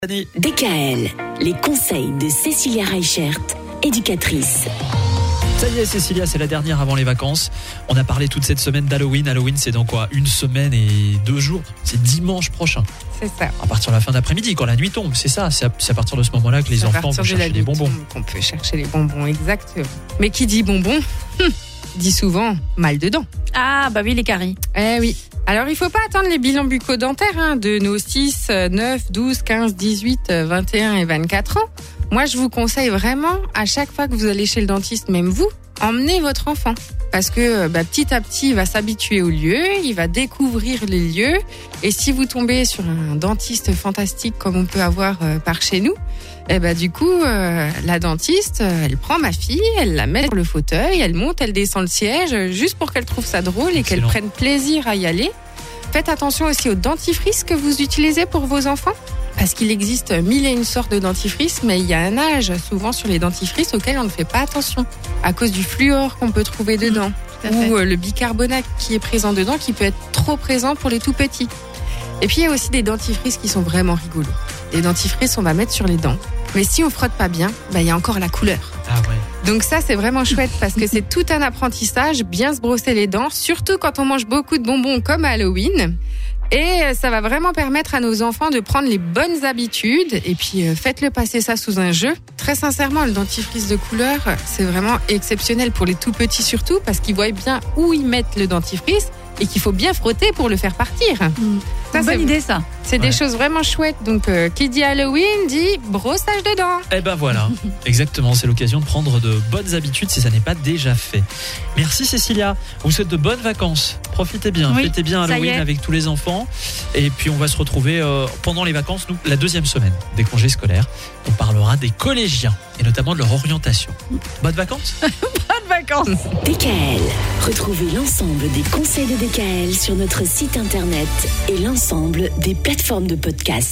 DKL, les conseils de Cécilia Reichert, éducatrice. Ça y est Cécilia, c'est la dernière avant les vacances. On a parlé toute cette semaine d'Halloween. Halloween, c'est dans quoi ? 1 semaine et 2 jours. C'est dimanche prochain. C'est ça. À partir de la fin d'après-midi, quand la nuit tombe, c'est ça. C'est à partir de ce moment-là que les enfants vont chercher les bonbons. On peut chercher les bonbons, exactement. Mais qui dit bonbons, dit souvent mal dedans. Ah bah oui, les caries. Eh oui. Alors il faut pas attendre les bilans bucco-dentaires de nos 6, 9, 12, 15, 18, 21 et 24 ans. Moi je vous conseille vraiment, à chaque fois que vous allez chez le dentiste, même vous, emmenez votre enfant. Parce que petit à petit, il va s'habituer au lieu, il va découvrir les lieux. Et si vous tombez sur un dentiste fantastique comme on peut avoir par chez nous, du coup, la dentiste, elle prend ma fille, elle la met sur le fauteuil, elle monte, elle descend le siège, juste pour qu'elle trouve ça drôle et qu'elle prenne plaisir à y aller. Faites attention aussi au dentifrice que vous utilisez pour vos enfants. Parce qu'il existe 1001 sortes de dentifrice, mais il y a un âge souvent sur les dentifrices auquel on ne fait pas attention. À cause du fluor qu'on peut trouver dedans. Ou le bicarbonate qui est présent dedans, qui peut être trop présent pour les tout petits. Et puis il y a aussi des dentifrices qui sont vraiment rigolos. Les dentifrices, on va mettre sur les dents. Mais si on frotte pas bien, il y a encore la couleur. Ah ouais. Donc ça, c'est vraiment chouette parce que c'est tout un apprentissage, bien se brosser les dents, surtout quand on mange beaucoup de bonbons comme à Halloween. Et ça va vraiment permettre à nos enfants de prendre les bonnes habitudes. Et puis, faites-le passer ça sous un jeu. Très sincèrement, le dentifrice de couleur, c'est vraiment exceptionnel pour les tout petits surtout parce qu'ils voient bien où ils mettent le dentifrice et qu'il faut bien frotter pour le faire partir. Ça, bonne idée, ça. C'est des choses vraiment chouettes. Donc, qui dit Halloween dit brossage de dents. Eh ben voilà, exactement. C'est l'occasion de prendre de bonnes habitudes si ça n'est pas déjà fait. Merci Cécilia. On vous souhaite de bonnes vacances. Profitez bien, fêtez bien Halloween avec tous les enfants. Et puis on va se retrouver pendant les vacances, nous, la 2e semaine des congés scolaires. On parlera des collégiens et notamment de leur orientation. Bonnes vacances. Bonnes vacances. DKL. Retrouvez l'ensemble des conseils de DKL sur notre site internet et l'ensemble des plateformes de podcast.